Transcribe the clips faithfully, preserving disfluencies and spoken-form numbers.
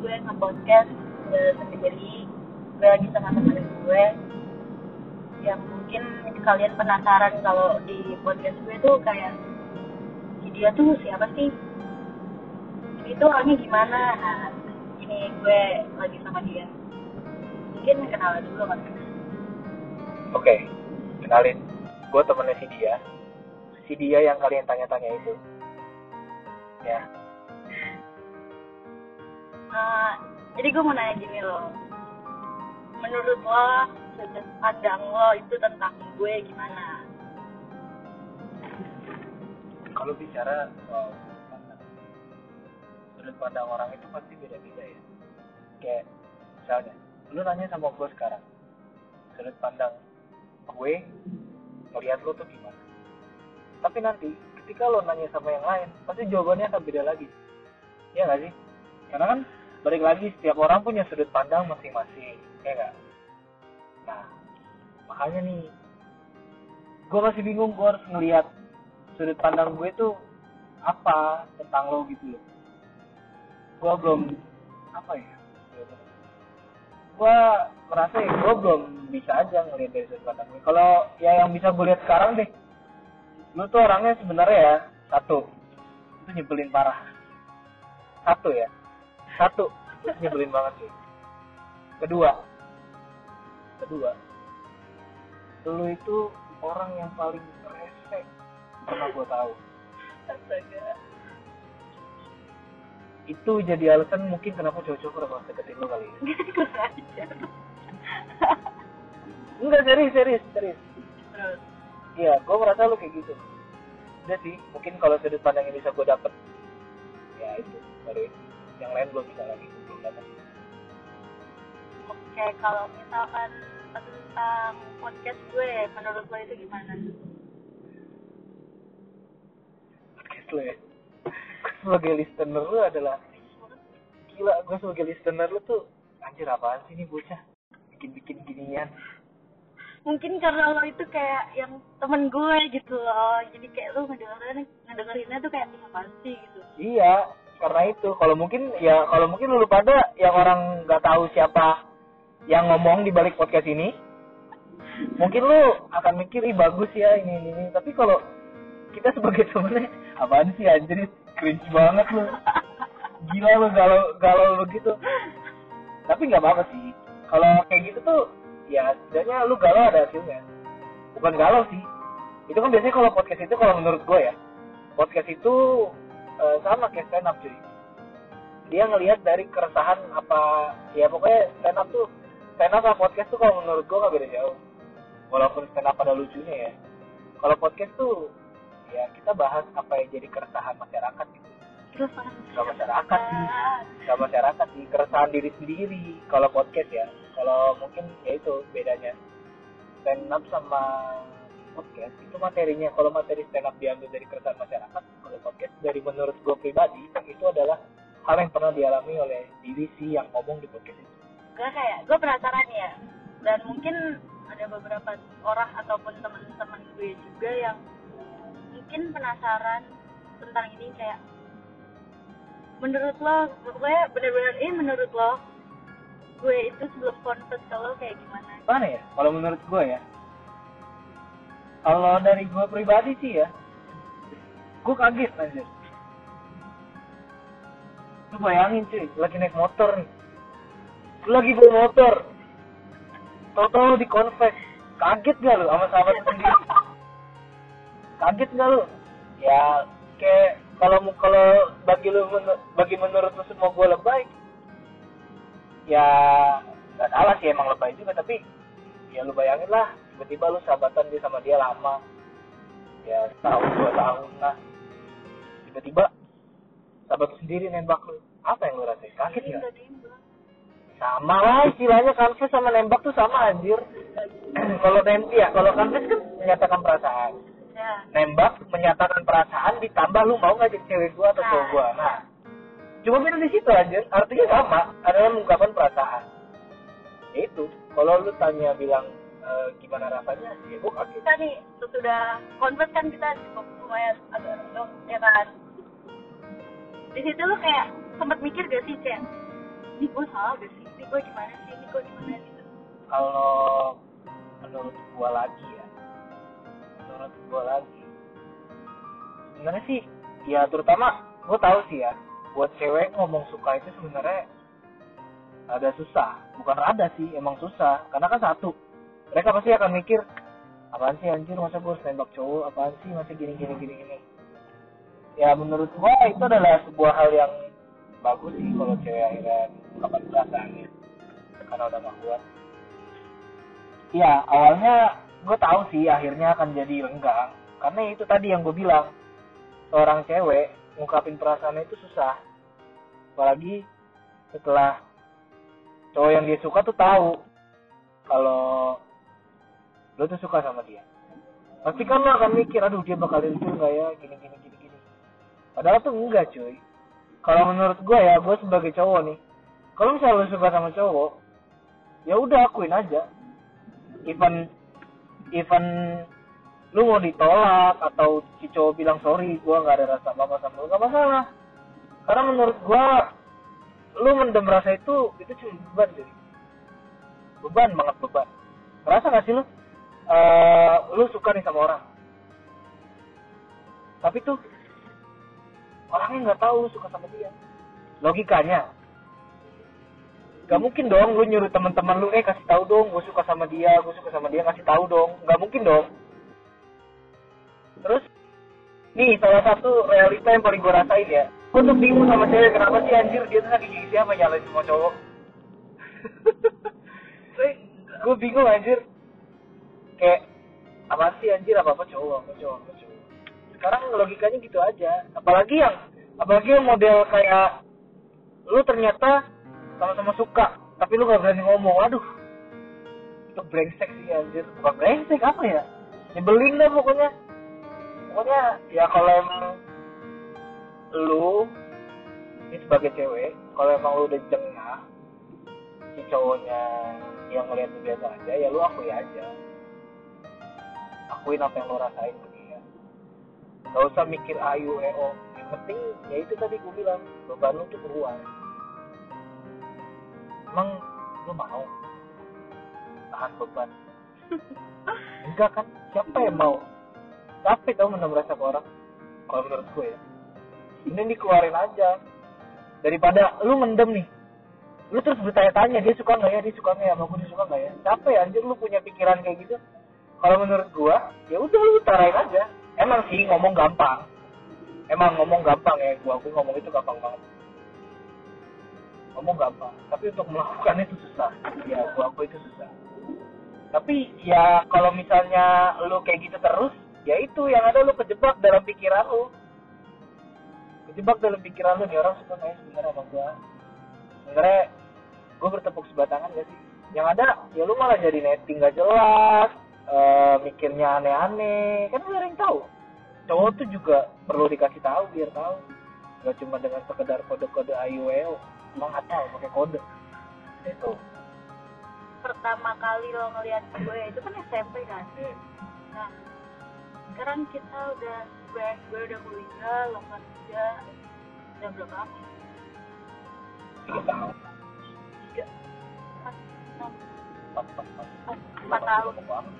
gue nge-podcast uh, sendiri. Gue lagi sama temen gue. Yang mungkin kalian penasaran kalau di podcast gue tuh kayak si dia tuh siapa sih? Ini tuh orangnya gimana? Nah, ini gue lagi sama dia. Mungkin kenalan dulu kan? Oke, kenalin. Gue temennya si dia. Si dia yang kalian tanya-tanya itu. Ya. Uh, jadi gue mau nanya gini loh. Menurut lo, sudut pandang lo itu tentang gue gimana? Kalau bicara soal sudut pandang orang itu pasti beda-beda ya. Kayak misalnya, lu nanya sama gue sekarang, sudut pandang gue ngeliat lo tuh gimana? Tapi nanti ketika lo nanya sama yang lain, pasti jawabannya akan beda lagi. Iya nggak sih? Karena kan balik lagi setiap orang punya sudut pandang masing-masing, ya nggak? Nah, makanya nih, gue masih bingung gue harus ngelihat sudut pandang gue tuh apa tentang lo gitu loh. Gue belum apa ya? Gue merasa ya gue belum bisa aja ngelihat dari sudut pandang gue. Kalau ya yang bisa gue lihat sekarang deh, lo tuh orangnya sebenarnya ya satu, itu nyebelin parah. Satu ya, satu itu nyebelin banget sih. Kedua, kedua, lo itu orang yang paling rese pernah gue tahu. Astaga. Itu jadi alasan mungkin kenapa cowok-cowok kurang deketin lo kali ya. Enggak, serius, serius, serius. Terus? Iya, gue merasa lo kayak gitu. Udah sih, mungkin kalau sudut pandang yang bisa gue dapet, ya itu, baru itu. Yang lain belum bisa lagi, belum dapet. Oke, kalau misalkan tentang podcast gue, menurut lo itu gimana? Podcast lo ya? Gue sebagai listener lo adalah gila, gue sebagai listener lo tuh anjir apaan sih nih bocah bikin-bikin ginian. Mungkin karena lo itu kayak yang temen gue gitu loh, jadi kayak lo ngedengerin ngedengerinnya tuh kayak apa sih gitu. Iya, karena itu kalau mungkin ya kalau mungkin lu pada yang orang nggak tahu siapa yang ngomong di balik podcast ini, mungkin lu akan mikir ih bagus ya ini ini, ini. Tapi kalau kita sebagai temennya apaan sih anjir, cringe banget lu, gila lu galau galau begitu. Tapi nggak apa-apa sih kalau kayak gitu tuh. Ya, sebenarnya lu galau ada hasilnya. Bukan galau sih. Itu kan biasanya kalau podcast itu, kalau menurut gue ya, podcast itu uh, sama kayak stand up cuy. Dia ngelihat dari keresahan apa, ya pokoknya stand up tuh, stand up sama podcast tuh kalau menurut gue gak beda jauh. Walaupun stand up ada lucunya ya. Kalau podcast tuh, ya kita bahas apa yang jadi keresahan masyarakat gitu. Gak masyarakat sih, gak masyarakat sih, keresahan diri sendiri. Kalau podcast ya. Kalau mungkin ya itu bedanya stand up sama podcast itu materinya. Kalau materi stand up diambil dari keresahan masyarakat, kalau podcast dari menurut gue pribadi itu adalah hal yang pernah dialami oleh diri si yang ngomong di podcast itu. Gue kayak gue penasaran ya, dan mungkin ada beberapa orang ataupun teman-teman gue juga yang mungkin penasaran tentang ini, kayak menurut lo, gue bener-bener ini menurut lo gue itu sebelum confess ke lo kayak gimana? Mana ya? Kalau menurut gue ya, kalau dari gue pribadi sih ya, gue kaget anjir. Lu bayangin cuy, lagi naik motor nih, lu lagi bawa motor, tau-tau lu di confess, kaget gak lu sama sahabat sendiri? Kaget gak lu? Ya kayak kalau kalau bagi lu bagi menurut lu semua gue lebay, ya nggak salah sih emang lebay juga, tapi ya lu bayangin lah tiba-tiba lu sahabatan dia sama dia lama, ya setahun dua tahun lah, tiba-tiba sahabat lu sendiri nembak lu, apa yang lu rasain? Kaget nggak? Sama lah istilahnya, confess sama nembak tuh sama anjir. Kalau nembak ya, kalau confess kan menyatakan perasaan, ya. Nembak menyatakan perasaan ditambah lu mau nggak jadi cewek gua atau cowok gua. Nah, cuma beda di situ anjir, artinya sama, adalah mengungkapkan perasaan. Ya itu, kalau lu tanya bilang e, gimana rasanya, ya gue kaget. Kita nih sudah confess kan, kita cukup lumayan agak dong, ya kan? Di situ lu kayak sempat mikir gak sih kayak ini gue salah gak sih, ini gue gimana sih, ini gue gimana gitu. Kalau menurut gua lagi ya, menurut gua lagi, sebenarnya sih, ya terutama gua tahu sih ya, buat cewek ngomong suka itu sebenarnya ada susah, bukan ada sih, emang susah, karena kan satu, mereka pasti akan mikir, apaan sih anjir, masa gua harus nembak cowok, apaan sih, masa gini gini gini gini. Ya menurut gua itu adalah sebuah hal yang bagus sih kalau cewek akhirnya mengungkapkan perasaannya karena udah gak kuat. Ya awalnya gue tahu sih akhirnya akan jadi renggang karena itu tadi yang gue bilang, seorang cewek ngungkapin perasaannya itu susah, apalagi setelah cowok yang dia suka tuh tahu kalau lo tuh suka sama dia. Pasti kan lo akan mikir, aduh dia bakal ilfil nggak ya, gini gini gini gini. Padahal tuh enggak cuy. Kalau menurut gue ya, gue sebagai cowok nih, kalau misalnya lo suka sama cowok, ya udah akuin aja. Even even lu mau ditolak atau si cowok bilang sorry, gue nggak ada rasa apa-apa sama lu, nggak masalah. Karena menurut gue, lu mendem rasa itu itu cuma beban jadi beban banget beban. Merasa nggak sih lu, uh, lu suka nih sama orang, tapi tuh orangnya nggak tahu lu suka sama dia. Logikanya, gak mungkin dong lu nyuruh teman-teman lu, eh kasih tahu dong, gue suka sama dia, gue suka sama dia, kasih tahu dong, nggak mungkin dong. Terus, nih salah satu realita yang paling gue rasain ya, gue tuh bingung sama cewek, kenapa sih anjir dia tuh lagi gigi siapa nyalain semua cowok. Gue bingung anjir, kayak apa sih anjir, apa apa cowok, apa cowok, apa cowok. Sekarang logikanya gitu aja, apalagi yang apalagi yang model kayak lu ternyata sama-sama suka, tapi lu gak berani ngomong, aduh, itu brengsek sih anjir, bukan brengsek apa ya, nyebelin dah pokoknya. Pokoknya ya kalau emang lu ini sebagai cewek, kalau emang lu udah jengah si cowoknya yang ngeliat lu biasa aja, ya lu akui aja, akuin apa yang lu rasain ke dia, gak usah mikir ayu eo, yang penting ya itu tadi gue bilang, beban lu tuh keluar. Emang lu mau tahan beban? Enggak kan, siapa yang mau? Capek tau mendem rasa ke orang. Kalau menurut gue ya, ini dikeluarin aja daripada lu mendem nih, lu terus bertanya-tanya dia suka nggak ya, dia suka nggak ya, sama gue dia suka nggak ya. Capek anjir lu punya pikiran kayak gitu. Kalau menurut gue ya udah lu utarain aja. Emang sih ngomong gampang, emang ngomong gampang ya, gue aku ngomong itu gampang banget, ngomong gampang, tapi untuk melakukan itu susah. Ya gue aku itu susah. Tapi ya kalau misalnya lu kayak gitu terus, ya itu yang ada lu kejebak dalam pikiran lu. Kejebak dalam pikiran lu, nih orang suka kayak sebenarnya sama gue. Sebenarnya gue bertepuk sebelah tangan gak sih? Yang ada ya lu malah jadi netting gak jelas, ee, mikirnya aneh-aneh. Kan lu ada yang tahu. Cowok tuh juga perlu dikasih tahu biar tahu. Gak cuma dengan sekedar kode-kode ayu eo. Emang ada pakai kode. Itu Pertama kali lo ngeliat gue itu kan S M P kan. Nah, sekarang kita udah gue, gue udah kuliah, lo kerja, udah berapa lama? tiga tahun. Tiga, empat, enam, Empat, empat, empat. empat tahun.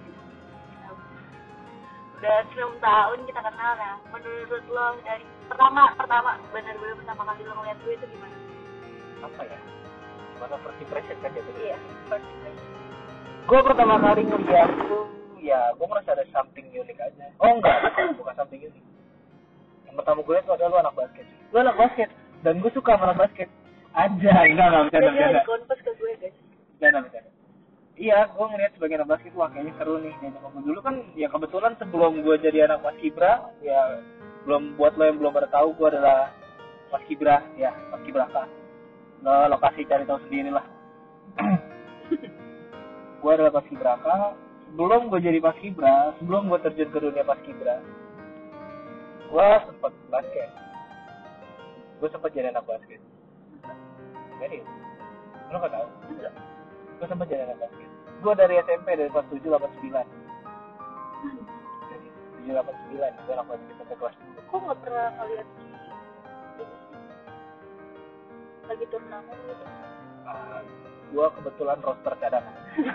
Udah enam tahun kita kenal. Nah, menurut lo dari pertama pertama benar-benar pertama kali lo ngeliat gue itu gimana? Apa ya? Gimana first impression kan jadi? Iya, first impression. Gue pertama kali ngeliat tuh, ya gue merasa ada something unik aja. Oh enggak, bukan something unik. Yang pertama gue liat tuh ada lu anak basket. Lu anak basket, dan gue suka sama anak basket. Aja, enggak, enggak, bercanda, bercanda. Jadi konfes ke gue guys. Bercanda, bercanda. Iya, gue ngeliat sebagai anak basket, wah kayaknya seru nih. Dan gue dulu kan, ya kebetulan sebelum gue jadi anak paskibra, ya belum, buat lo yang belum pada tahu, gue adalah paskibra, ya paskibraka. Lo lokasi cari tahu sendiri lah. Gue adalah paskibraka. Sebelum gue jadi paskibra, sebelum gue terjun ke dunia paskibra, gue sempat basket. Gue sempat jadi anak basket. Jadi, lo gak tahu? Enggak. Gue sempat jadi anak basket. Gue dari S M P dari kelas tujuh, delapan, sembilan. Dari tujuh, delapan, sembilan. Gue anak basket sampai kelas dua. Kok nggak pernah ngeliat ini lagi turnamen gitu? uh, gue kebetulan roster cadangan.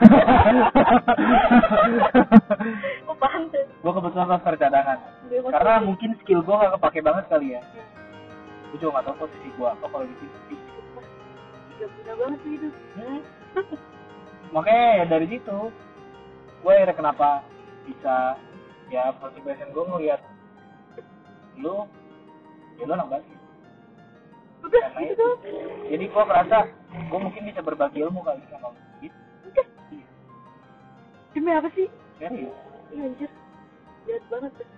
Oh pantes. Gue kebetulan roster cadangan. Karena mungkin skill gue gak kepake banget kali ya. Gue juga gak tau posisi gue apa kalau di sini. Gak guna banget sih itu. Hmm. Makanya ya dari situ gue akhirnya kenapa bisa ya motivation gue ngeliat lu ya lu anak basket. Udah gitu. Jadi gue merasa gue mungkin bisa berbagi ilmu kali sama lu gitu. Udah. Demi apa sih? Serius? Iya anjir. Jahat banget tuh.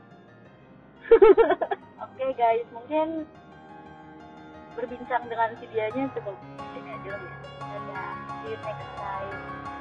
Oke okay, guys, mungkin berbincang dengan si dianya cukup ini aja ya. Dan ya, see you next time.